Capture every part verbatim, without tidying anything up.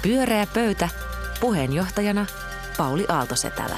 Pyöreä pöytä. Puheenjohtajana Pauli Aaltosetälä.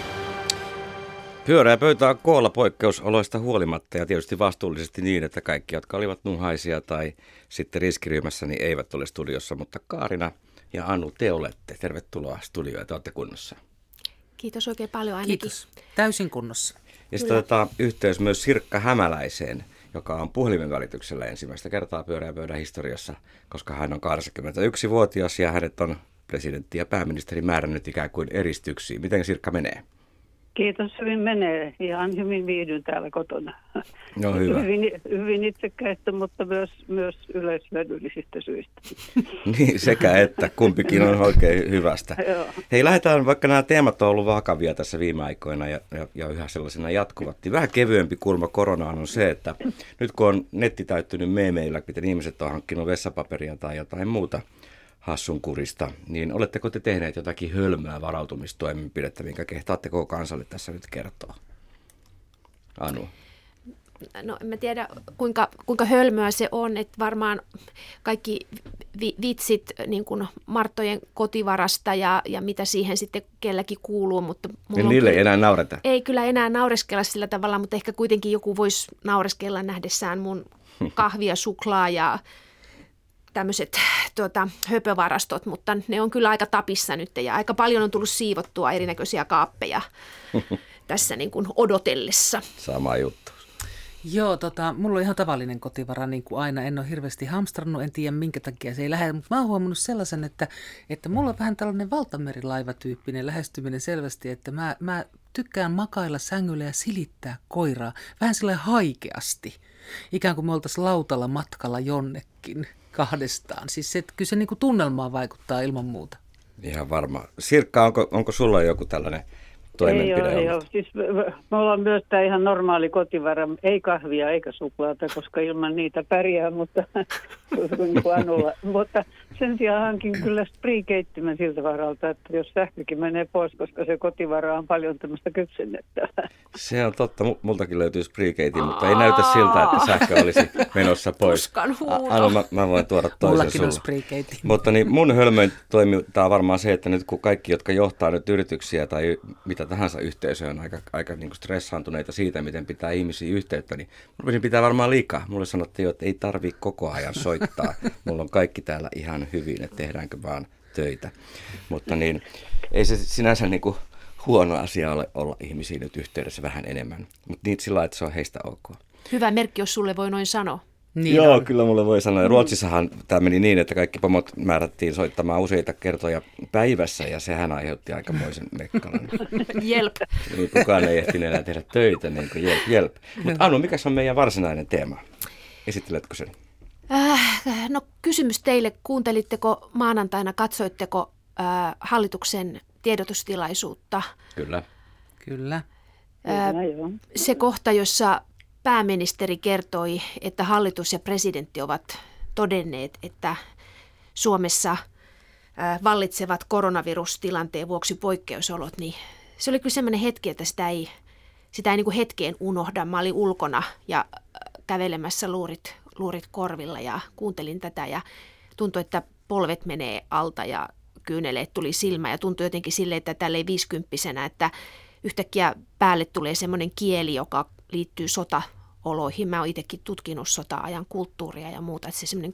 Pyöreä pöytä on koolla poikkeusoloista huolimatta ja tietysti vastuullisesti niin, että kaikki, jotka olivat nuhaisia tai sitten riskiryhmässä, niin eivät ole studiossa. Mutta Kaarina ja Anu, te olette. Tervetuloa studioon ja te olette kunnossa. Kiitos oikein paljon ainakin. Kiitos. Täysin kunnossa. Ja sitten otetaan yhteys myös Sirkka Hämäläiseen, joka on puhelimen välityksellä ensimmäistä kertaa Pyöreän pöydän historiassa, koska hän on kahdeksankymmentäyksivuotias ja hänet on presidentti ja pääministeri määrännyt ikään kuin eristyksiin. Miten Sirkka menee? Kiitos, hyvin menee. Ihan hyvin viihdyn täällä kotona. No hyvä. Hyvin, hyvin itsekkäistä, mutta myös, myös yleishyödyllisistä syistä. Niin, sekä että. Kumpikin on oikein hyvästä. Hei, lähdetään, vaikka nämä teemat on ollut vakavia tässä viime aikoina ja, ja, ja yhä sellaisena jatkuvat. Niin vähän kevyempi kulma koronaan on se, että nyt kun on netti täyttynyt meemeillä, miten ihmiset on hankkinut vessapaperia tai jotain muuta hassunkurista, niin oletteko te tehneet jotakin hölmöä varautumistoimenpidettä, minkä kehtaatte koko kansalle tässä nyt kertoa? Anu. No en mä tiedä kuinka, kuinka hölmöä se on, että varmaan kaikki vi- vitsit niin kuin Marttojen kotivarasta ja, ja mitä siihen sitten kelläkin kuuluu. Mutta ja niille ei enää naureta? Ei kyllä enää naureskella sillä tavalla, mutta ehkä kuitenkin joku voisi naureskella nähdessään mun kahvia, suklaa ja tämmöiset tuota, höpövarastot, mutta ne on kyllä aika tapissa nyt ja aika paljon on tullut siivottua erinäköisiä kaappeja tässä niin kuin odotellessa. Sama juttu. Joo, tota, mulla on ihan tavallinen kotivara, niin kuin aina. En ole hirveästi hamstrannut, en tiedä minkä takia se ei lähde, mutta mä oon huomannut sellaisen, että, että mulla on vähän tällainen valtamerilaivatyyppinen lähestyminen selvästi, että mä, mä tykkään makailla sängyllä ja silittää koiraa vähän sellainen haikeasti, ikään kuin me oltaisiin lautalla matkalla jonnekin kahdestaan. Siis se, kyllä se niin kuin tunnelmaan vaikuttaa ilman muuta. Ihan varma. Sirkka, onko, onko sulla joku tällainen toimenpide? Ei ole, ei ole. Siis me ollaan myös tämä ihan normaali kotivara. Ei kahvia eikä suklaata, koska ilman niitä pärjää, mutta, niin kuin Anulla. Mutta sen sijaan hankin kyllä spriikeittimen siltä varalta, että jos sähkökin menee pois, koska se kotivara on paljon tämmöistä kypsennettävää. Se on totta. Multakin löytyy spriikeitin, mutta ei näytä siltä, että sähkö olisi menossa pois. Tuskan huudo. Anu, mä, mä voin tuoda toisen Mullakin on sulla. spriikeitin. Mutta niin mun hölmöin toimintaa varmaan se, että nyt kun kaikki, jotka johtaa nyt yrityksiä tai mitä tahansa yhteisöä on aika, aika niin kuin stressaantuneita siitä, miten pitää ihmisiä yhteyttä, niin rupesin pitää varmaan liikaa. Mulle sanottiin jo, että ei tarvitse koko ajan soittaa. Mulla on kaikki täällä ihan hyvin, että tehdäänkö vaan töitä. Mutta niin, ei se sinänsä niin kuin huono asia ole olla ihmisiä nyt yhteydessä vähän enemmän. Mutta niitä sillä lailla, että se on heistä ok. Hyvä merkki, jos sulle voi noin sanoa. Niin Joo, on. kyllä mulle voi sanoa. Ruotsissahan tämä meni niin, että kaikki pomot määrättiin soittamaan useita kertoja päivässä ja sehän aiheutti aikamoisen mekkalan. Jelp. Niin kukaan ei ehtinyt enää tehdä töitä, niin kuin jelp, jelp. Mutta Anu, mikä on meidän varsinainen teema? Esitteletkö sen? Äh, no kysymys teille. Kuuntelitteko maanantaina, katsoitteko äh, hallituksen tiedotustilaisuutta? Kyllä. Kyllä. Äh, Kyllä, se kohta, jossa pääministeri kertoi, että hallitus ja presidentti ovat todenneet, että Suomessa vallitsevat koronavirustilanteen vuoksi poikkeusolot, niin se oli kyllä sellainen hetki, että sitä ei, sitä ei niin kuin hetkeen unohda. Mä olin ulkona ja kävelemässä luurit, luurit korvilla ja kuuntelin tätä ja tuntui, että polvet menee alta ja kyyneleet tuli silmä ja tuntui jotenkin silleen, että tälleen viisikymppisenä, että yhtäkkiä päälle tulee semmoinen kieli, joka liittyy sotaoloihin. Mä oon itsekin tutkinut sota-ajan kulttuuria ja muuta, että se semmoinen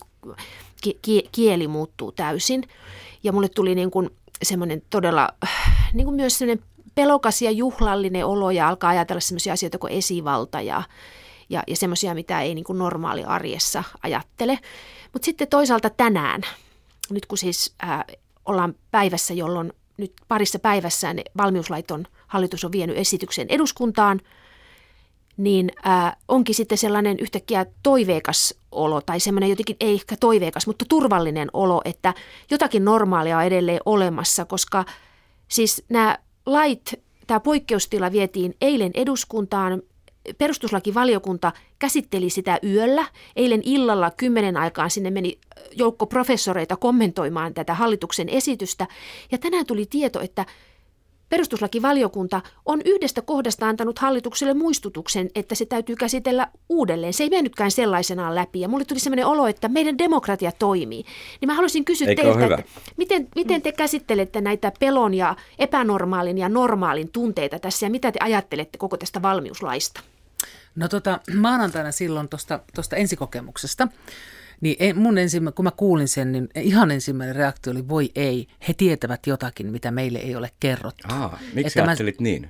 kieli muuttuu täysin. Ja mulle tuli niin kuin semmoinen todella niin kuin myös semmoinen pelokas ja juhlallinen olo ja alkaa ajatella semmoisia asioita kuin esivalta ja, ja, ja semmoisia, mitä ei niin kuin normaali arjessa ajattele. Mutta sitten toisaalta tänään, nyt kun siis äh, ollaan päivässä, jolloin nyt parissa päivässään valmiuslaiton hallitus on vienyt esityksen eduskuntaan, niin äh, onkin sitten sellainen yhtäkkiä toiveikas olo, tai semmoinen jotenkin, ei ehkä toiveikas, mutta turvallinen olo, että jotakin normaalia on edelleen olemassa, koska siis nämä lait, tämä poikkeustila vietiin eilen eduskuntaan, perustuslakivaliokunta käsitteli sitä yöllä, eilen illalla kymmenen aikaan sinne meni joukko professoreita kommentoimaan tätä hallituksen esitystä, ja tänään tuli tieto, että perustuslakivaliokunta on yhdestä kohdasta antanut hallitukselle muistutuksen, että se täytyy käsitellä uudelleen. Se ei mennytkään sellaisenaan läpi ja mulle tuli sellainen olo, että meidän demokratia toimii. Niin mä haluaisin kysyä Eikö teiltä, että miten, miten te käsittelette näitä pelon ja epänormaalin ja normaalin tunteita tässä ja mitä te ajattelette koko tästä valmiuslaista? No tota, maanantaina silloin tuosta ensikokemuksesta, niin mun ensimmä, kun mä kuulin sen, niin ihan ensimmäinen reaktio oli, voi ei, he tietävät jotakin, mitä meille ei ole kerrottu. Aa, miksi että ajattelit mä, niin?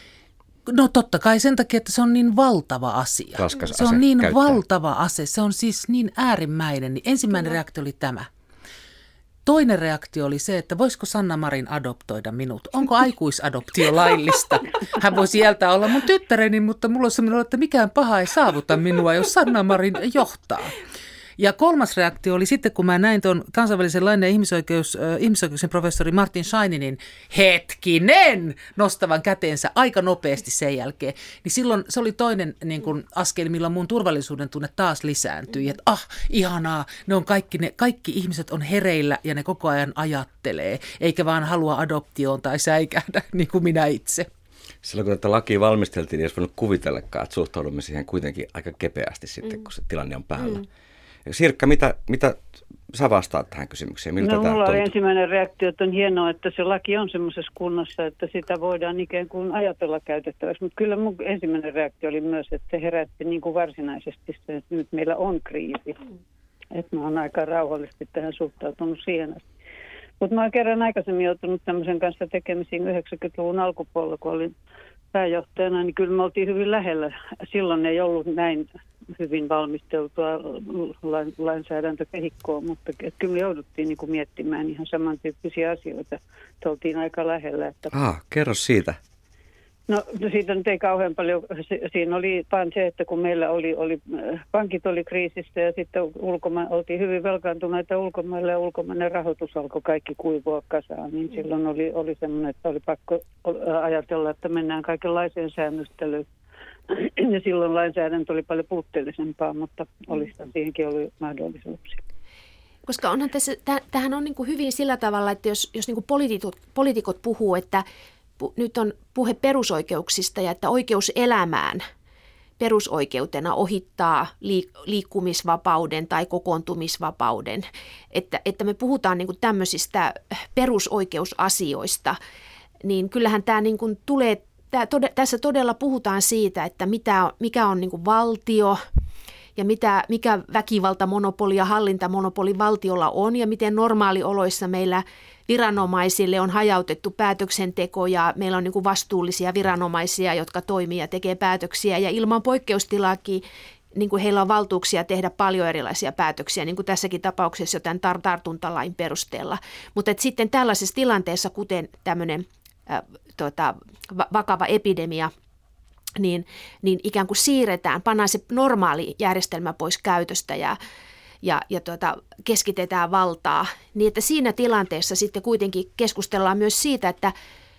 No totta kai sen takia, että se on niin valtava asia. Raskas se on ase niin käyttää. valtava ase, se on siis niin äärimmäinen. Niin ensimmäinen reaktio oli tämä. Toinen reaktio oli se, että voisiko Sanna Marin adoptoida minut? Onko aikuisadoptio laillista? Hän voisi jältä olla mun tyttäreni, mutta mulla on sellainen, että mikään paha ei saavuta minua, jos Sanna Marin johtaa. Ja kolmas reaktio oli sitten, kun mä näin tuon kansainvälisen lain ja ihmisoikeus, äh, ihmisoikeuksien professori Martin Scheininin hetkinen nostavan käteensä aika nopeasti sen jälkeen. Niin silloin se oli toinen niin kun, askel, milloin mun turvallisuuden tunne taas lisääntyi. Että ah, ihanaa, ne on kaikki, ne, kaikki ihmiset on hereillä ja ne koko ajan ajattelee, eikä vaan halua adoptioon tai säikähdä niin kuin minä itse. Silloin kun tätä lakia valmisteltiin, niin olisi voinut kuvitellakaan, että suhtaudumme siihen kuitenkin aika kepeästi sitten, mm. kun se tilanne on päällä. Mm. Sirkka, mitä, mitä sä vastaat tähän kysymykseen? Miltä no, tämä mulla oli tuntuu? ensimmäinen reaktio, että on hienoa, että se laki on semmoisessa kunnossa, että sitä voidaan ikään kuin ajatella käytettäväksi. Mutta kyllä mun ensimmäinen reaktio oli myös, että se herätti niin kuin varsinaisesti se, että nyt meillä on kriisi. Että mä oon aika rauhallisesti tähän suhtautunut siihen asti. Mutta mä oon kerran aikaisemmin joutunut tämmöisen kanssa tekemisiin yhdeksänkymmentäluvun alkupuolella, kun olin pääjohtajana, niin kyllä me oltiin hyvin lähellä. Silloin ei ollut näin hyvin valmisteltua lainsäädäntökehikkoa, mutta kyllä me jouduttiin niin kuin miettimään ihan samantyyppisiä asioita. Te oltiin aika lähellä. Että... Ah, kerro siitä. No siitä nyt ei kauhean paljon. Siinä oli vaan se, että kun meillä oli, oli pankit oli kriisissä ja sitten ulkoma, oltiin hyvin velkaantuneita ulkomaille ja ulkomainen rahoitus alkoi kaikki kuivua kasaan, niin silloin oli, oli semmoinen, että oli pakko ajatella, että mennään kaikenlaiseen säännöstelyyn. Ja silloin lainsäädäntö oli paljon puutteellisempaa, mutta olisihan siihenkin ollut mahdollisuuksia. Koska onhan tässä, tämähän on niin kuin hyvin sillä tavalla, että jos, jos niin kuin poliitikot, poliitikot puhuu, että pu, nyt on puhe perusoikeuksista ja että oikeus elämään perusoikeutena ohittaa liik- liikkumisvapauden tai kokoontumisvapauden, että, että me puhutaan niin kuin tämmöisistä perusoikeusasioista, niin kyllähän tämä niin kuin tulee. Tässä todella puhutaan siitä, että mitä, mikä on niin kuin valtio ja mitä, mikä väkivaltamonopoli ja hallintamonopoli valtiolla on ja miten normaalioloissa meillä viranomaisille on hajautettu päätöksenteko ja meillä on niin kuin vastuullisia viranomaisia, jotka toimii ja tekee päätöksiä ja ilman poikkeustilaakin niin kuin heillä on valtuuksia tehdä paljon erilaisia päätöksiä, niin kuin tässäkin tapauksessa jo tämän tar- tartuntalain perusteella. Mutta sitten tällaisessa tilanteessa, kuten tämmöinen äh, tota, vakava epidemia, niin, niin ikään kuin siirretään, pannaan se normaali järjestelmä pois käytöstä ja, ja, ja tuota, keskitetään valtaa, niin että siinä tilanteessa sitten kuitenkin keskustellaan myös siitä, että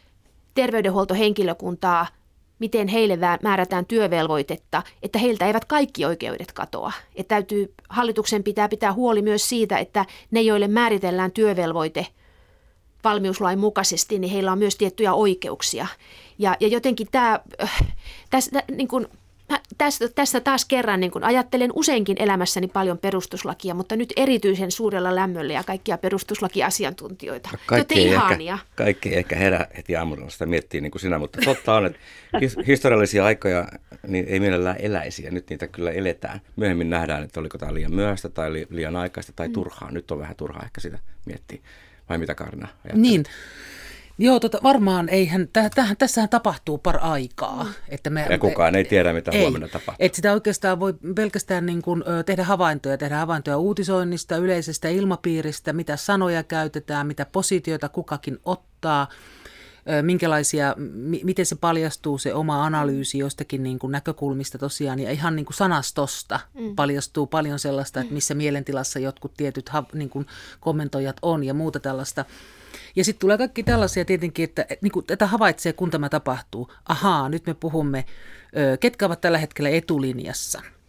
terveydenhuoltohenkilökuntaa, miten heille määrätään työvelvoitetta, että heiltä eivät kaikki oikeudet katoa. Että täytyy, hallituksen pitää pitää huoli myös siitä, että ne, joille määritellään työvelvoite valmiuslain mukaisesti, niin heillä on myös tiettyjä oikeuksia. Ja, ja jotenkin tämä, tässä, niin kuin, tässä, tässä taas kerran niin kuin ajattelen useinkin elämässäni paljon perustuslakia, mutta nyt erityisen suurella lämmöllä ja kaikkia perustuslakiasiantuntijoita. Kaikki ei, ehkä, kaikki ei ehkä herää heti aamulla sitä miettiä niin kuin sinä, mutta totta on, että historiallisia aikoja niin ei mielellään eläisi ja nyt niitä kyllä eletään. Myöhemmin nähdään, että oliko tämä liian myöhäistä tai liian aikaista tai turhaa. Nyt on vähän turhaa ehkä sitä miettiä. Vai mitä, Kaarina ajattelet? Niin. Joo, tota, varmaan eihän, täh, täh, tässähän tapahtuu par aikaa. Mm. Että me, ja kukaan ei tiedä, mitä ei, huomenna tapahtuu. Että sitä oikeastaan voi pelkästään niin kuin, tehdä havaintoja, tehdä havaintoja uutisoinnista, yleisestä ilmapiiristä, mitä sanoja käytetään, mitä positioita kukakin ottaa, minkälaisia, m- miten se paljastuu se oma analyysi jostakin niin kuin näkökulmista tosiaan. Ja ihan niin kuin sanastosta mm. paljastuu paljon sellaista, että missä mielentilassa jotkut tietyt ha- niin kuin kommentoijat on ja muuta tällaista. Ja sitten tulee kaikki tällaisia tietenkin, että niin kuin tätä havaitsee, kun tämä tapahtuu. Ahaa, nyt me puhumme, ketkä ovat tällä hetkellä etulinjassa.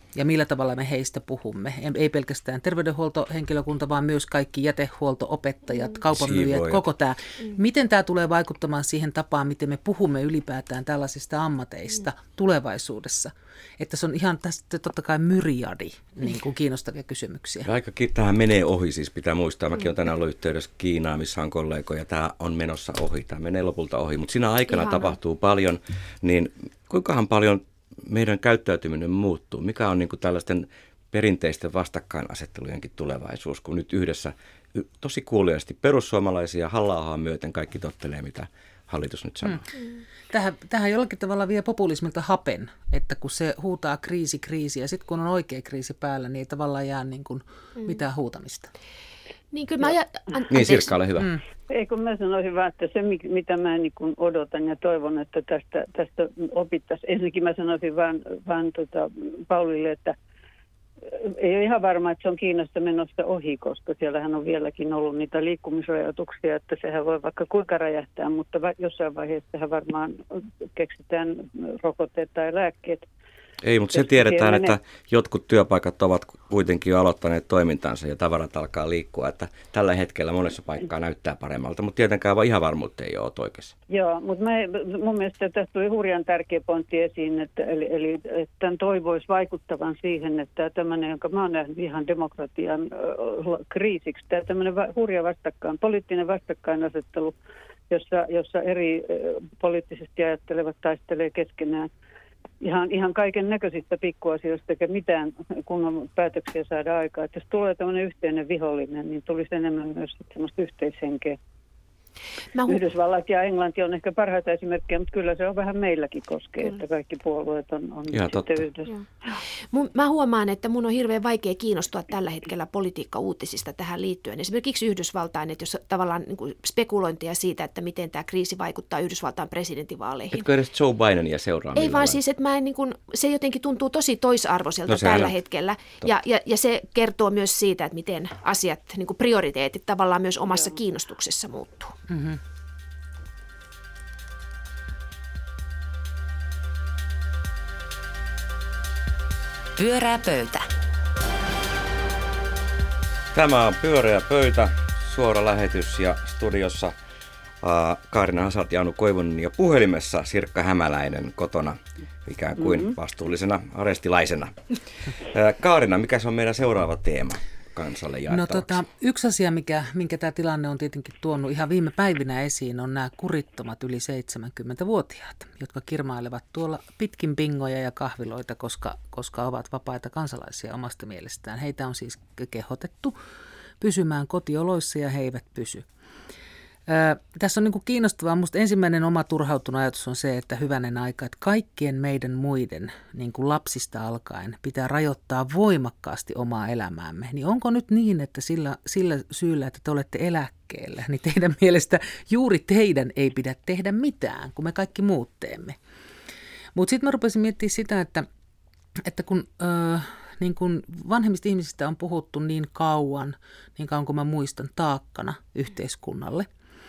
ja millä tavalla me heistä puhumme. Ei pelkästään terveydenhuoltohenkilökunta, vaan myös kaikki jätehuolto, opettajat, kaupanmyyjät, koko tämä. Miten tämä tulee vaikuttamaan siihen tapaan, miten me puhumme ylipäätään tällaisista ammateista tulevaisuudessa? Että se on ihan tästä totta kai myriadi niin kuin kiinnostavia kysymyksiä. Ja aika tähän menee ohi, siis pitää muistaa. Mäkin olen tänään ollut yhteydessä Kiinaan, missä on kollegoja. Tämä on menossa ohi, tämä menee lopulta ohi. Mutta siinä aikana Ihana. tapahtuu paljon, niin kuinkahan paljon meidän käyttäytyminen muuttuu? Mikä on niin kuin tällaisten perinteisten vastakkainasettelujenkin tulevaisuus, kun nyt yhdessä tosi kuuliaisesti perussuomalaisia Halla-ahoa myöten kaikki tottelee, mitä hallitus nyt sanoo. Mm. Tähän, tähän jollakin tavalla vie populismilta hapen, että kun se huutaa kriisi, kriisi ja sitten kun on oikea kriisi päällä, niin ei tavallaan jää niin kuin mitään huutamista. Niin kyllä mä ajat... Niin Sirkka, ole hyvä. Mm. Ei kun mä sanoisin vaan, että se mitä mä niin kuin odotan ja toivon, että tästä, tästä opittaisiin. Ensinnäkin mä sanoisin vaan, vaan tota Paulille, että ei ole ihan varma, että se on Kiinasta menossa ohi, koska siellähän on vieläkin ollut niitä liikkumisrajoituksia, että sehän voi vaikka kuinka räjähtää, mutta jossain vaiheessa varmaan keksitään rokotteet tai lääkkeet. Ei, mutta se tiedetään, että jotkut työpaikat ovat kuitenkin jo aloittaneet toimintansa ja tavarat alkaa liikkua, että tällä hetkellä monessa paikkaa näyttää paremmalta, mutta tietenkään vaan ihan varmuutta ei ole oikeassa. Joo, mutta mä, mun mielestä tästä tuli hurjan tärkeä pointti esiin, että, eli, eli että tämän toivoisi vaikuttavan siihen, että tämmöinen, jonka mä oon nähnyt ihan demokratian äh, kriisiksi, tämä tämmöinen va, hurja vastakkain, poliittinen vastakkainasettelu, jossa, jossa eri äh, poliittisesti ajattelevat taistelee keskenään, Ihan, ihan kaiken näköisistä pikkuasioista, eikä mitään kunnon päätöksiä saada aikaa. Että jos tulee tämmöinen yhteinen vihollinen, niin tulisi enemmän myös semmoista yhteishenkeä. Hu- Yhdysvallat ja Englanti on ehkä parhaita esimerkkejä, mutta kyllä se on vähän meilläkin koskee, kyllä. Että kaikki puolueet on, on sitten yhdessä. Mun, mä huomaan, että mun on hirveän vaikea kiinnostua tällä hetkellä politiikka-uutisista tähän liittyen. Esimerkiksi Yhdysvaltain, että jos tavallaan niin kuin spekulointia siitä, että miten tämä kriisi vaikuttaa Yhdysvaltain presidentinvaaleihin. Etkö edes Joe Bidenia seuraa? Ei vaan siis, että mä en, niin kuin, se jotenkin tuntuu tosi toisarvoiselta no, tällä on hetkellä. Ja, ja, ja se kertoo myös siitä, että miten asiat, niin kuin prioriteetit tavallaan myös omassa Joo. kiinnostuksessa muuttuu. Mm-hmm. Pyörää pöytä. Tämä on Pyöreä pöytä, suora lähetys ja studiossa äh, Kaarina Hasalt ja Anu Koivunen ja puhelimessa Sirkka Hämäläinen kotona ikään kuin mm-hmm. vastuullisena arestilaisena. Äh, Kaarina, mikä se on meidän seuraava teema kansalle jaettavaksi? No tota, yksi asia, mikä, minkä tämä tilanne on tietenkin tuonut ihan viime päivinä esiin, on nämä kurittomat yli seitsemänkymmentävuotiaat, jotka kirmailevat tuolla pitkin bingoja ja kahviloita, koska, koska ovat vapaita kansalaisia omasta mielestään. Heitä on siis kehotettu pysymään kotioloissa ja he eivät pysy. Ö, tässä on niin kuin kiinnostavaa. Minusta ensimmäinen oma turhautunut ajatus on se, että hyvänen aika, että kaikkien meidän muiden niin kuin lapsista alkaen pitää rajoittaa voimakkaasti omaa elämäämme. Niin onko nyt niin, että sillä, sillä syyllä, että te olette eläkkeellä, niin teidän mielestä juuri teidän ei pidä tehdä mitään, kun me kaikki muut teemme. Mutta sitten mä rupesin miettimään sitä, että, että kun... Ö, Niin kuin vanhemmista ihmisistä on puhuttu niin kauan, niin kauan kuin mä muistan, taakkana yhteiskunnalle.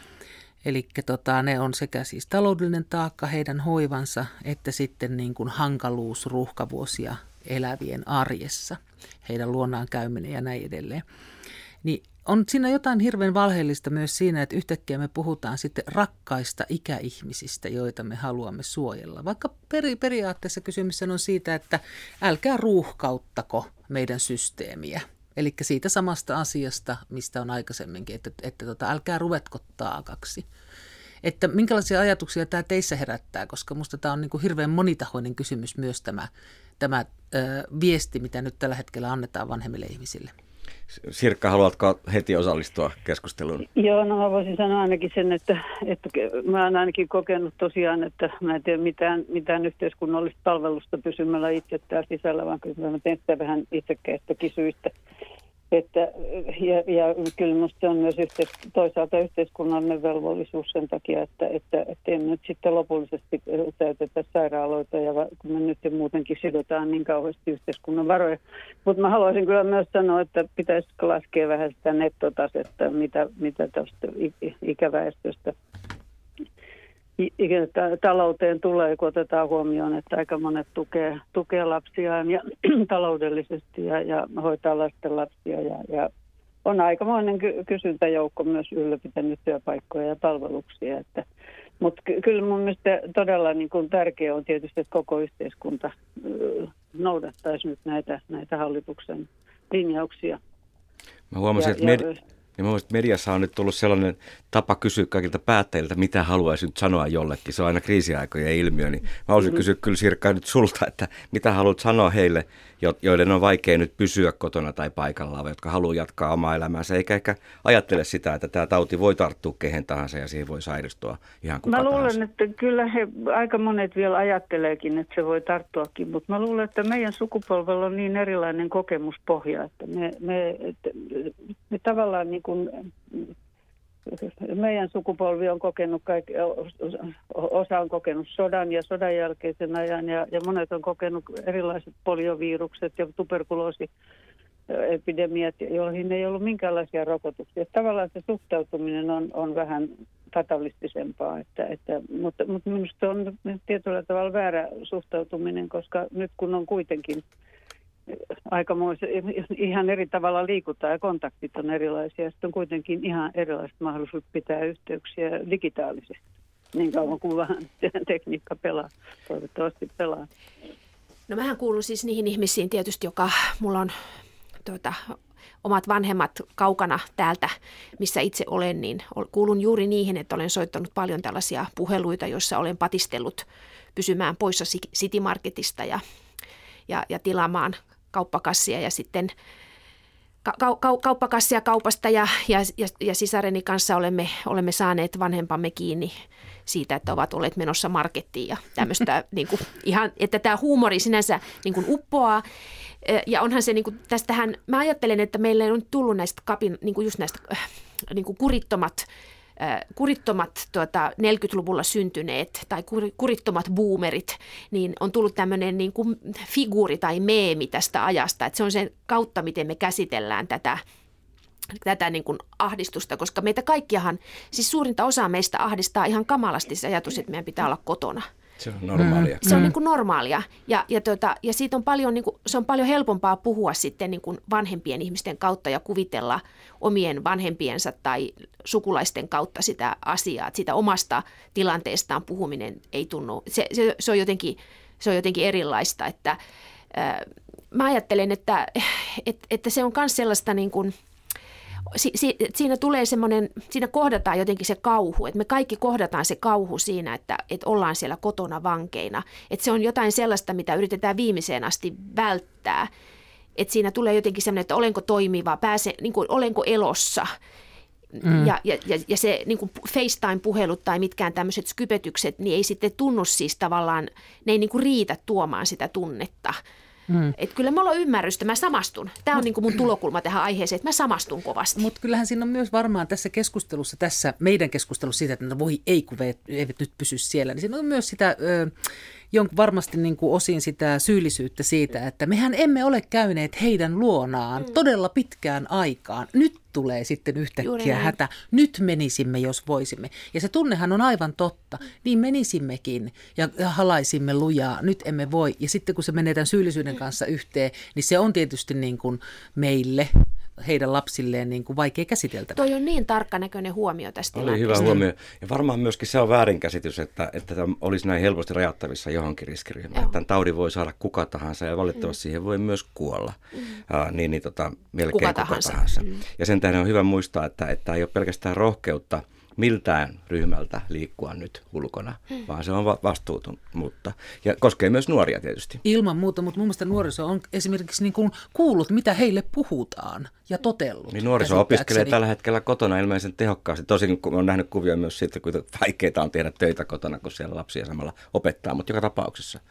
Eli tota, ne on sekä siis taloudellinen taakka heidän hoivansa, että sitten niin kuin hankaluus ruuhkavuosia elävien arjessa, heidän luonaan käyminen ja näin edelleen. Niin on siinä jotain hirveän valheellista myös siinä, että yhtäkkiä me puhutaan sitten rakkaista ikäihmisistä, joita me haluamme suojella. Vaikka peri- periaatteessa kysymys on siitä, että älkää ruuhkauttako meidän systeemiä. Eli siitä samasta asiasta, mistä on aikaisemminkin, että, että tota, älkää ruvetko taakaksi. Että minkälaisia ajatuksia tämä teissä herättää, koska minusta tämä on niin kuin hirveän monitahoinen kysymys myös tämä, tämä ö, viesti, mitä nyt tällä hetkellä annetaan vanhemmille ihmisille. Sirkka, haluatko heti osallistua keskusteluun? Joo, no mä voisin sanoa ainakin sen, että, että mä oon ainakin kokenut tosiaan, että mä en tee mitään, mitään yhteiskunnallista palvelusta pysymällä itse täällä sisällä, vaan kyllä mä teen sitä vähän itsekäistäkin syistä. Että, ja, ja kyllä minusta se on myös yhteis, toisaalta yhteiskunnallinen velvollisuus sen takia, että, että, että emme nyt sitten lopullisesti täytetä sairaaloita ja kun me nyt jo muutenkin sidotaan niin kauheasti yhteiskunnan varoja. Mutta mä haluaisin kyllä myös sanoa, että pitäisikö laskea vähän sitä nettotasetta, mitä, mitä tästä ikäväestöstä talouteen tulee, kun otetaan huomioon, että aika monet tukee, tukee lapsiaan ja taloudellisesti ja, ja hoitaa lasten lapsia. Ja, ja on aikamoinen ky- kysyntäjoukko myös ylläpitänyt työpaikkoja ja palveluksia. Että, mutta ky- kyllä mun mielestä todella niin kuin tärkeää on tietysti, että koko yhteiskunta noudattaisi nyt näitä, näitä hallituksen linjauksia. Mä huomasin, ja, että, med- ja... Ja mä että mediassa on nyt tullut sellainen tapa kysyä kaikilta päättäjiltä, mitä haluaisi nyt sanoa jollekin. Se on aina kriisiaikojen ilmiö. Niin mä haluaisin mm-hmm. kysyä kyllä Sirkka nyt sulta, että mitä haluat sanoa heille, joiden on vaikea nyt pysyä kotona tai paikallaan, vai jotka haluaa jatkaa omaa elämäänsä, eikä ehkä ajattele sitä, että tämä tauti voi tarttua kehen tahansa ja siihen voi sairastua ihan kuka Mä luulen, tahansa. että kyllä he, aika monet vielä ajatteleekin, että se voi tarttuakin, mutta mä luulen, että meidän sukupolvella on niin erilainen kokemuspohja, että me, me, että me tavallaan niin kuin, meidän sukupolvi on kokenut, kaikki, osa on kokenut sodan ja sodan jälkeisen ajan ja, ja monet on kokenut erilaiset poliovirukset ja tuberkuloosiepidemiat, joihin ei ollut minkäänlaisia rokotuksia. Tavallaan se suhtautuminen on, on vähän fatalistisempaa, että, että, mutta, mutta minusta on tietyllä tavalla väärä suhtautuminen, koska nyt kun on kuitenkin aikamoista, ihan eri tavalla liikutaan ja kontaktit on erilaisia. Sitten on kuitenkin ihan erilaiset mahdollisuudet pitää yhteyksiä digitaalisesti. Niin kauan kuin vähän tekniikka pelaa, toivottavasti pelaa. No mähän kuulun siis niihin ihmisiin tietysti, joka mulla on tuota, omat vanhemmat kaukana täältä, missä itse olen, niin kuulun juuri niihin, että olen soittanut paljon tällaisia puheluita, joissa olen patistellut pysymään poissa City Marketista ja, ja, ja tilaamaan kauppakassia ja sitten ka- ka- kauppakassia kaupasta ja, ja, ja, ja sisareni kanssa olemme, olemme saaneet vanhempamme kiinni siitä, että ovat olleet menossa markettiin ja tämmöistä, niin kuin, ihan, että tämä huumori sinänsä niin kuin uppoaa. Ja onhan se, niin kuin, tästähän, mä ajattelen, että meille on tullut näistä kapin, niin kuin just näistä niin kuin kurittomat, kurittomat tuota, neljäkymmentäluvulla syntyneet tai kurittomat boomerit, niin on tullut tämmöinen niin kuin figuuri tai meemi tästä ajasta, että se on sen kautta, miten me käsitellään tätä, tätä niin kuin ahdistusta, koska meitä kaikkiahan, siis suurinta osaa meistä ahdistaa ihan kamalasti se ajatus, että meidän pitää olla kotona. Se on normaalia. Se on niin kuin normaalia ja, ja, tuota, ja siitä on paljon, niin kuin, se on paljon helpompaa puhua sitten niin kuin vanhempien ihmisten kautta ja kuvitella omien vanhempiensa tai sukulaisten kautta sitä asiaa. Että sitä omasta tilanteestaan puhuminen ei tunnu, se, se, se, on, jotenkin, se on jotenkin erilaista. Että, äh, mä ajattelen, että, että, että se on myös sellaista niin kuin, Si, si, siinä tulee semmoinen, siinä kohdataan jotenkin se kauhu, että me kaikki kohdataan se kauhu siinä, että, että ollaan siellä kotona vankeina. Että se on jotain sellaista, mitä yritetään viimeiseen asti välttää. Että siinä tulee jotenkin semmoinen, että olenko toimiva, pääse, niin kuin, olenko elossa. Mm. Ja, ja, ja se niin kuin FaceTime-puhelut tai mitkään tämmöiset skypetykset, niin ei sitten tunnu siis tavallaan, ne ei niin kuin riitä tuomaan sitä tunnetta. Mm. Että kyllä mulla on ymmärrystä, mä samastun. Tämä on niin kuin mun tulokulma tähän aiheeseen, että mä samastun kovasti. Mutta kyllähän siinä on myös varmaan tässä keskustelussa, tässä meidän keskustelussa siitä, että no voi ei, kun eivät nyt pysy siellä, niin siinä on myös sitä ö, jonkun varmasti niin kuin osin sitä syyllisyyttä siitä, että mehän emme ole käyneet heidän luonaan mm. todella pitkään aikaan. Nyt tulee sitten yhtäkkiä hätä. Nyt menisimme, jos voisimme. Ja se tunnehan on aivan totta. Niin menisimmekin ja halaisimme lujaa. Nyt emme voi. Ja sitten kun se menee tämän syyllisyyden kanssa yhteen, niin se on tietysti niin kuin meille, heidän lapsilleen niin kuin vaikea käsiteltävä. Toi on niin tarkkanäköinen huomio tästä Oli hyvä huomio. Ja varmaan myöskin se on väärinkäsitys, että, että tämä olisi näin helposti rajattavissa johonkin riskiryhmään. Että tämän taudin voi saada kuka tahansa ja valitettavasti mm. siihen voi myös kuolla. Mm. Uh, niin, niin tota, melkein kuka, kuka tahansa. tahansa. Mm. Ja sen tähden on hyvä muistaa, että, että ei ole pelkästään rohkeutta miltään ryhmältä liikkua nyt ulkona, hmm. vaan se on vastuutonta. Ja koskee myös nuoria tietysti. Ilman muuta, mutta mun mielestä nuoriso on esimerkiksi niin kuin kuullut, mitä heille puhutaan ja totellut. Niin nuoriso opiskelee tällä hetkellä kotona ilmeisen tehokkaasti. Tosin olen nähnyt kuvia myös siitä, kuinka vaikeaa on tehdä töitä kotona, kun siellä lapsia samalla opettaa, mutta joka tapauksessa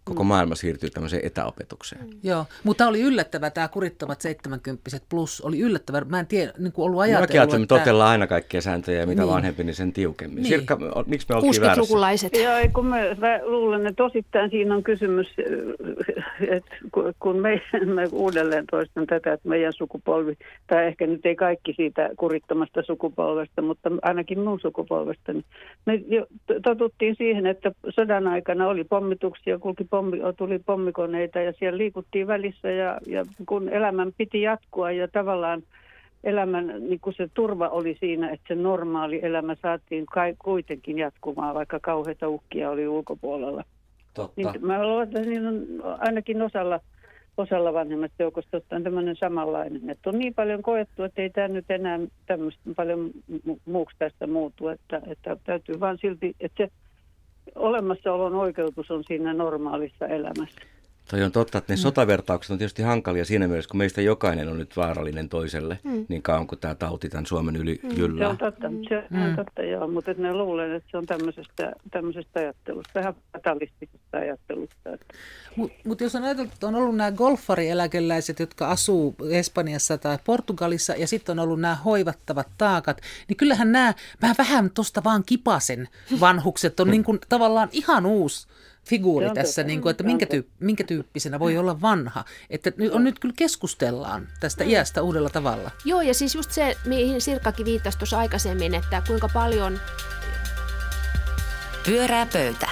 koko maailma siirtyy tämmöiseen etäopetukseen. Mm. Joo, mutta oli yllättävää, tämä kurittavat seitsemänkymppiset plus oli yllättävää. Mä en tiedä, niin kuin ollut ajatellut. Mäkin ajattelin, että että... totellaan aina kaikkia sääntöjä ja mitä niin. vanhempi, niin sen tiukemmin. Niin. Sirkka, miksi me oltiin väärässä? kuusikymmentälukulaiset. Joo, kun mä, mä luulen, että osittain siinä on kysymys, että kun me, me uudelleen toistan tätä, että meidän sukupolvi, tai ehkä nyt ei kaikki siitä kurittomasta sukupolvesta, mutta ainakin mun sukupolvesta, niin me jo totuttiin siihen, että sodan aikana oli pommituksia, kulki pommi, tuli pommikoneita ja siellä liikuttiin välissä ja, ja kun elämän piti jatkua ja tavallaan elämän niin kuin se turva oli siinä, että se normaali elämä saatiin kai, kuitenkin jatkumaan, vaikka kauheita uhkia oli ulkopuolella. Totta. Niin, mä luulen, että siinä on ainakin osalla, osalla vanhemmasta joukosta on tämmöinen samanlainen, että on niin paljon koettu, että ei tämä nyt enää tämmöistä paljon muuksi tästä muutu, että, että täytyy vaan silti, että se olemassaolon oikeutus on siinä normaalissa elämässä. Toi on totta, että ne mm. sotavertaukset on tietysti hankalia siinä mielessä, kun meistä jokainen on nyt vaarallinen toiselle, mm. niin kauan kuin tämä tauti tämän Suomen yli mm. jyllää. Se on totta, se on mm. totta joo, mutta että ne luulen, että se on tämmöisestä, tämmöisestä ajattelusta, vähän fatalistisesta ajattelusta. Mutta mut jos on ajateltu, että on ollut nämä golfarieläkeläiset, jotka asuu Espanjassa tai Portugalissa, ja sitten on ollut nämä hoivattavat taakat, niin kyllähän nämä vähän, vähän tuosta vaan kipasen vanhukset on niin kuin tavallaan ihan uusi figuuri tässä, niin kuin, että minkä, tyyp, minkä tyyppisenä voi olla vanha. Että on nyt kyllä keskustellaan tästä iästä uudella tavalla. Joo, ja siis just se, mihin Sirkkakin viittasi tuossa aikaisemmin, että kuinka paljon... Pyörää pöytä.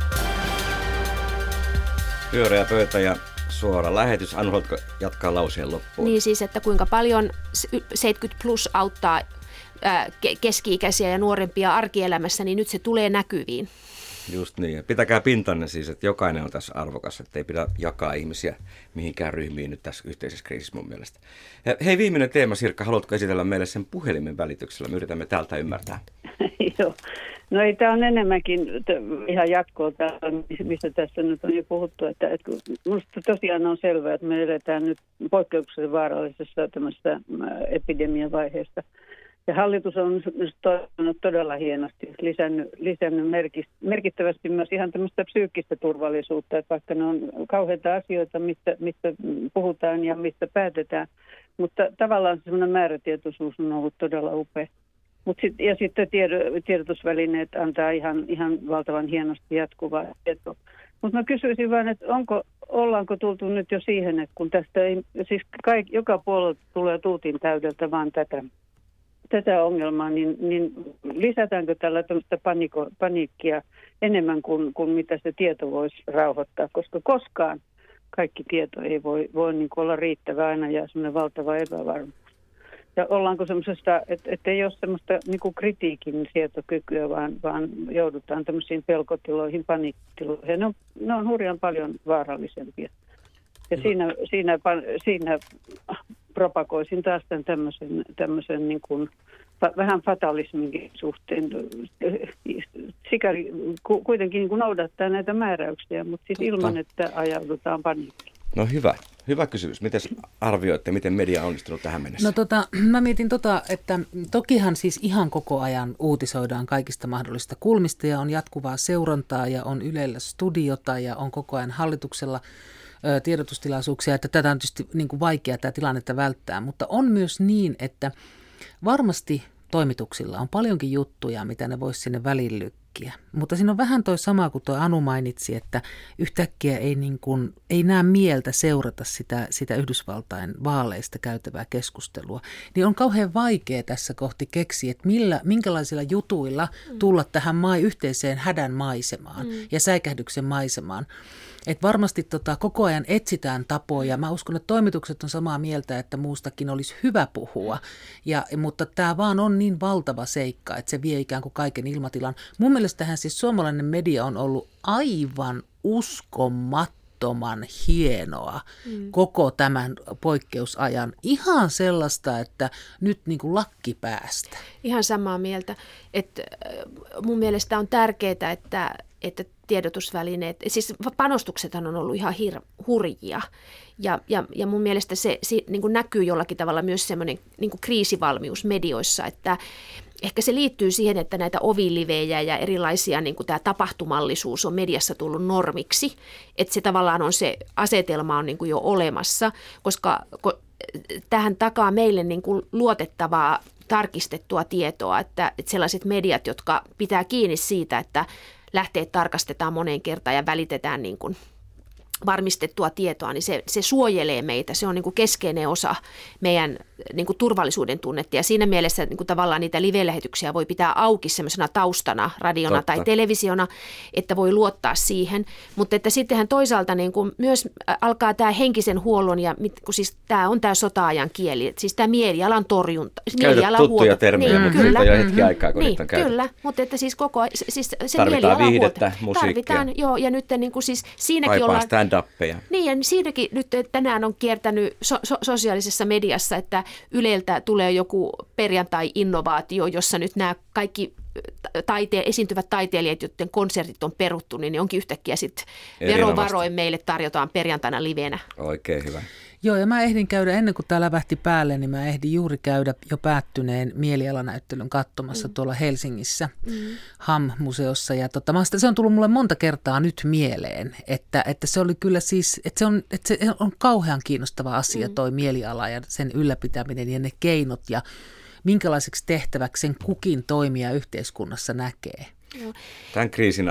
Pyöreä pöytä ja suora lähetys. Anu, haluatko jatkaa lauseen loppuun? Niin siis, että kuinka paljon seitsemänkymmentä plus auttaa keski-ikäisiä ja nuorempia arkielämässä, niin nyt se tulee näkyviin. Just niin. Pitäkää pintanne siis, että jokainen on tässä arvokas, että ei pidä jakaa ihmisiä mihinkään ryhmiin nyt tässä yhteisessä kriisissä mun mielestä. Ja hei, viimeinen teema, Sirkka, haluatko esitellä meille sen puhelimen välityksellä? Me yritämme täältä ymmärtää. Joo. No ei, tämä on enemmänkin t- ihan jatkoa täällä, mistä tässä nyt on jo puhuttu, että, että minusta tosiaan on selvää, että me eletään nyt poikkeuksellisen vaarallisessa tämmöistä epidemian vaiheesta. Ja hallitus on toiminut todella hienosti, lisännyt, lisännyt merkittävästi myös ihan tämmöistä psyykkistä turvallisuutta, että vaikka ne on kauheita asioita, mistä, mistä puhutaan ja mistä päätetään, mutta tavallaan semmoinen määrätietoisuus on ollut todella upea. Mut sit, ja sitten tiedotusvälineet antaa ihan, ihan valtavan hienosti jatkuvaa tietoa. Mutta mä kysyisin vain, että onko, ollaanko tultu nyt jo siihen, että kun tästä ei, siis kaik, joka puolelta tulee tuutin täydeltä vaan tätä. tätä ongelmaa, niin, niin lisätäänkö tällä tämmöistä paniko, paniikkia enemmän kuin, kuin mitä se tieto voisi rauhoittaa, koska koskaan kaikki tieto ei voi, voi niin kuin olla riittävää, aina ja semmoinen valtava epävarmuus. Ja ollaanko semmoisesta, että, että ei ole semmoista niin kuin kritiikin sietokykyä, vaan, vaan joudutaan tämmöisiin pelkotiloihin, paniikkitiloihin. Ja ne on, ne on hurjan paljon vaarallisempia. Ja siinä, siinä, siinä propagoisin taas tämän tämmöisen, tämmöisen niin kuin, vähän fatalisminkin suhteen. Sikäli kuitenkin niin kuin noudattaa näitä määräyksiä, mutta siis ilman, että ajaudutaan paniikkiin. No hyvä. Hyvä kysymys. Miten arvioitte, miten media on onnistunut tähän mennessä? No tota, mä mietin tota, että tokihan siis ihan koko ajan uutisoidaan kaikista mahdollisista kulmista ja on jatkuvaa seurantaa ja on Ylellä studiota ja on koko ajan hallituksella ö, tiedotustilaisuuksia, että tätä on tietysti niin kuin vaikea tämä tilannetta välttää, mutta on myös niin, että varmasti toimituksilla on paljonkin juttuja, mitä ne voisi sinne väliin lykkiä. Mutta siinä on vähän toi sama kuin toi Anu mainitsi, että yhtäkkiä ei, niin kuin, ei näe mieltä seurata sitä, sitä Yhdysvaltain vaaleista käytävää keskustelua. Niin on kauhean vaikea tässä kohti keksiä, että millä, minkälaisilla jutuilla tulla tähän mai, yhteiseen hädän maisemaan mm. ja säikähdyksen maisemaan. Et varmasti tota, koko ajan etsitään tapoja. Mä uskon, että toimitukset on samaa mieltä, että muustakin olisi hyvä puhua. Ja, mutta tämä vaan on niin valtava seikka, että se vie ikään kuin kaiken ilmatilan. Mun mielestähän siis suomalainen media on ollut aivan uskomattoman hienoa mm. koko tämän poikkeusajan. Ihan sellaista, että nyt niin kuin lakki päästä. Ihan samaa mieltä. Että mun mielestä on tärkeää, että, että tiedotusvälineet, siis panostuksethan on ollut ihan hir, hurjia ja, ja, ja mun mielestä se, se niin kuin näkyy jollakin tavalla myös semmoinen niin kuin kriisivalmius medioissa, että, ehkä se liittyy siihen, että näitä ovilivejä ja erilaisia, niin kuin tämä tapahtumallisuus on mediassa tullut normiksi, että se tavallaan on se asetelma on niin kuin jo olemassa, koska tähän takaa meille niin kuin luotettavaa, tarkistettua tietoa, että, että sellaiset mediat, jotka pitää kiinni siitä, että lähteet tarkastetaan moneen kertaan ja välitetään niin kuin varmistettua tietoa, niin se, se suojelee meitä. Se on niin kuin keskeinen osa meidän niin kuin turvallisuuden tunnetta. Ja siinä mielessä niin kuin tavallaan niitä live-lähetyksiä voi pitää auki semmoisena taustana, radiona Totta. tai televisiona, että voi luottaa siihen. Mutta että sittenhän toisaalta niin kuin myös alkaa tämä henkisen huollon, ja kun siis tämä on tämä sota-ajan kieli, siis tämä mielialan torjunta. Käytät tuttuja huolta. termejä, niin, mutta kyllä. nyt on jo hetki aikaa, kun niin, niitä on käytetty. Kyllä, mutta että siis koko siis se tarvitaan viihdettä, musiikkia. Tarvitaan, joo, ja nyt niin kuin siis siinäkin Kaipaan ollaan... stand-uppeja. Niin, ja siinäkin nyt tänään on kiertänyt so- so- sosiaalisessa mediassa, että Yleltä tulee joku perjantai-innovaatio, jossa nyt nämä kaikki taite- esiintyvät taiteilijat, joiden konsertit on peruttu, niin ne onkin yhtäkkiä sitten verovaroin meille tarjotaan perjantaina livenä. Oikein hyvä. Joo, ja mä ehdin käydä, ennen kuin tää lävähti päälle, niin mä ehdin juuri käydä jo päättyneen mielialanäyttelyn katsomassa mm. tuolla Helsingissä mm. H A M-museossa. Ja tota, mä, se on tullut mulle monta kertaa nyt mieleen, että, että se oli kyllä siis, että se on, että se on kauhean kiinnostava asia mm. toi mieliala ja sen ylläpitäminen ja ne keinot ja minkälaiseksi tehtäväksi sen kukin toimija yhteiskunnassa näkee. Joo. Tämän kriisin,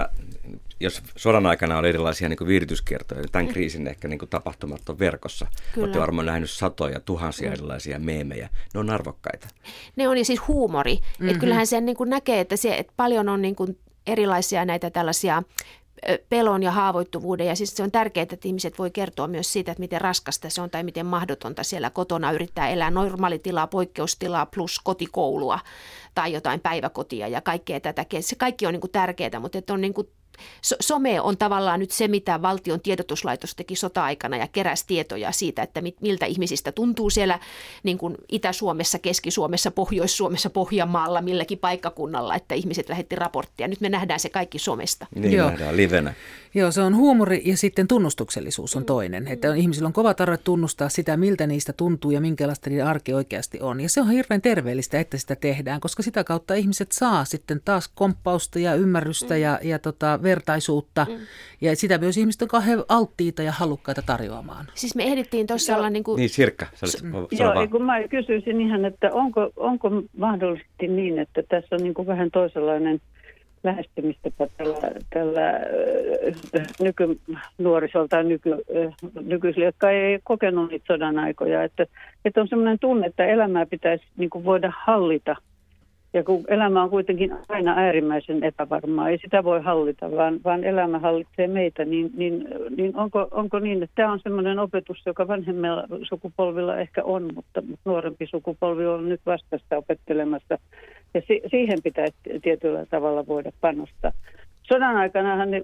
jos sodan aikana oli erilaisia niin kuin viihdytyskiertoja, tämän kriisin ehkä niin kuin tapahtumat on verkossa. Kyllä. Olette varmaan nähnyt satoja, tuhansia mm. erilaisia meemejä. Ne on arvokkaita. Ne on ja siis huumori. Mm-hmm. Että kyllähän sen niin kuin näkee, että, se, että paljon on niin kuin erilaisia näitä tällaisia pelon ja haavoittuvuuden. Ja siis se on tärkeää, että ihmiset voi kertoa myös siitä, että miten raskasta se on tai miten mahdotonta siellä kotona yrittää elää normaalitilaa, poikkeustilaa plus kotikoulua tai jotain päiväkotia ja kaikkea tätä. Se kaikki on niin kuin tärkeää, mutta että on niin kuin some on tavallaan nyt se, mitä valtion tiedotuslaitos teki sota-aikana ja keräsi tietoja siitä, että miltä ihmisistä tuntuu siellä niin kuin Itä-Suomessa, Keski-Suomessa, Pohjois-Suomessa, Pohjanmaalla, milläkin paikkakunnalla, että ihmiset lähetti raporttia. Nyt me nähdään se kaikki somesta. Niin, Joo. nähdään livenä. Joo, se on huumori ja sitten tunnustuksellisuus on toinen. Että ihmisillä on kova tarve tunnustaa sitä, miltä niistä tuntuu ja minkälaista niiden arki oikeasti on. Ja se on hirveän terveellistä, että sitä tehdään, koska sitä kautta ihmiset saa sitten taas komppausta ja ymmärrystä mm. ja, ja tota, vertaisuutta. Mm. Ja sitä myös ihmiset on kauhean alttiita ja halukkaita tarjoamaan. Siis me ehdittiin tuossa olla niin kuin... Niin, Sirkka. Joo, kun mä kysyisin ihan, että onko, onko mahdollisesti niin, että tässä on niin kuin vähän toisenlainen lähestymistapa tällä, tällä nykynuorisolta ja nyky, nykyisille, jotka ei kokenut niitä sodan aikoja. Että, että on sellainen tunne, että elämää pitäisi niin kuin voida hallita. Ja kun elämä on kuitenkin aina äärimmäisen epävarmaa, ei sitä voi hallita, vaan, vaan elämä hallitsee meitä, niin, niin, niin onko, onko niin, että tämä on sellainen opetus, joka vanhemmilla sukupolvilla ehkä on, mutta nuorempi sukupolvi on nyt vastasta opettelemassa. Ja si- siihen pitäisi tietyllä tavalla voida panostaa. Sodan aikanahan ne,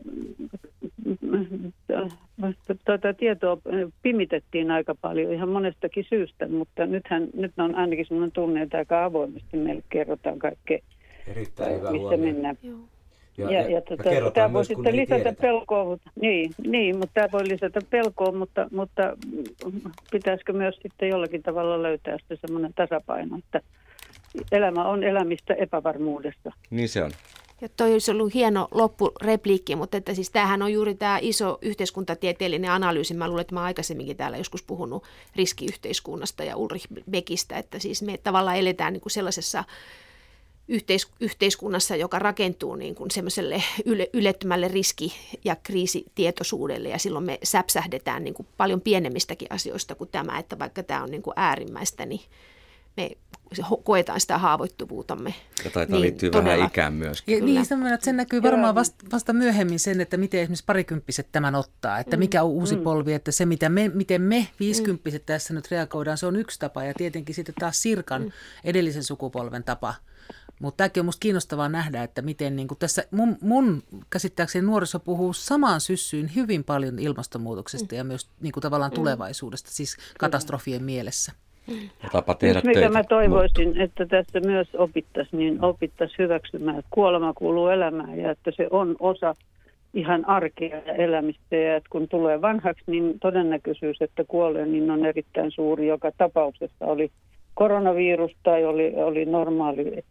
tuota tietoa pimitettiin aika paljon ihan monestakin syystä, mutta nythän, nyt on ainakin sellainen tunne, että aika avoimesti meille kerrotaan kaikkea, missä mennään. Ja, ja, ja, ja tota, ja tämä voi sitten lisätä tiedetä. pelkoa, mutta, niin, niin, mutta tämä voi lisätä pelkoa, mutta, mutta pitäisikö myös sitten jollakin tavalla löytää se semmoinen tasapaino, että elämä on elämistä epävarmuudessa. Niin se on. Ja toi olisi ollut hieno loppurepliikki, mutta että siis tämähän on juuri tämä iso yhteiskuntatieteellinen analyysi. Mä luulen, että mä aikaisemminkin täällä joskus puhunut riskiyhteiskunnasta ja Ulrich Beckistä, että siis me tavallaan eletään niin kuin sellaisessa yhteis- yhteiskunnassa, joka rakentuu niin kuin semmoiselle yle- ylettömälle riski- ja kriisitietoisuudelle, ja silloin me säpsähdetään niin kuin paljon pienemmistäkin asioista kuin tämä, että vaikka tämä on niin kuin äärimmäistä, niin me koetaan sitä haavoittuvuutamme. Ja taitaa niin liittyä todella vähän ikään myöskin. Ja niin, semmoinen, että sen näkyy varmaan vasta, vasta myöhemmin sen, että miten esimerkiksi parikymppiset tämän ottaa, että mikä on uusi mm. polvi, että se mitä me, miten me viisikymppiset mm. tässä nyt reagoidaan, se on yksi tapa ja tietenkin sitten taas Sirkan mm. edellisen sukupolven tapa. Mutta tämäkin on musta kiinnostavaa nähdä, että miten niin kuin tässä mun, mun käsittääkseni nuoriso puhuu samaan syssyyn hyvin paljon ilmastonmuutoksesta mm. ja myös niin kuin tavallaan mm. tulevaisuudesta, siis katastrofien mielessä. Tapa tehdä mikä töitä. mä toivoisin, Mut. että tässä myös opittaisiin, niin opittaisiin hyväksymään, että kuolema kuuluu elämään ja että se on osa ihan arkea ja elämistä. Ja että kun tulee vanhaksi, niin todennäköisyys, että kuolee, niin on erittäin suuri. Joka tapauksessa oli koronavirus tai oli, oli normaali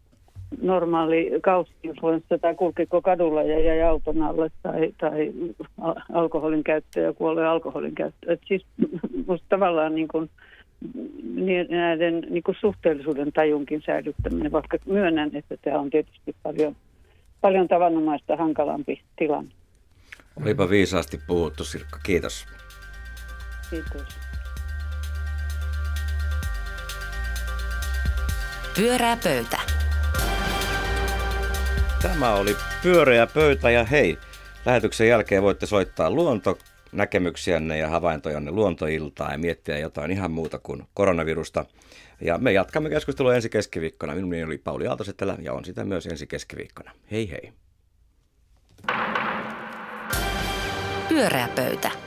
normaali kausi-influenssa tai kulkiko kadulla ja jäi auton alle tai, tai alkoholin käyttö ja kuolee alkoholin käyttö. Et siis musta tavallaan niin kuin, näiden niin kuin suhteellisuuden tajunkin säilyttäminen, vaikka myönnän, että tämä on tietysti paljon, paljon tavanomaista hankalampi tilanne. Olipa viisaasti puhuttu, Sirkka. Kiitos. Kiitos. Pyörää pöytä. Tämä oli Pyöreä pöytä ja hei, lähetyksen jälkeen voitte soittaa luontonäkemyksiänne ja havaintojanne luontoiltaan ja miettiä jotain ihan muuta kuin koronavirusta. Ja me jatkamme keskustelua ensi keskiviikkona. Minun nimeni oli Pauli Aaltosetälä ja on sitä myös ensi keskiviikkona. Hei hei. Pyörää pöytä.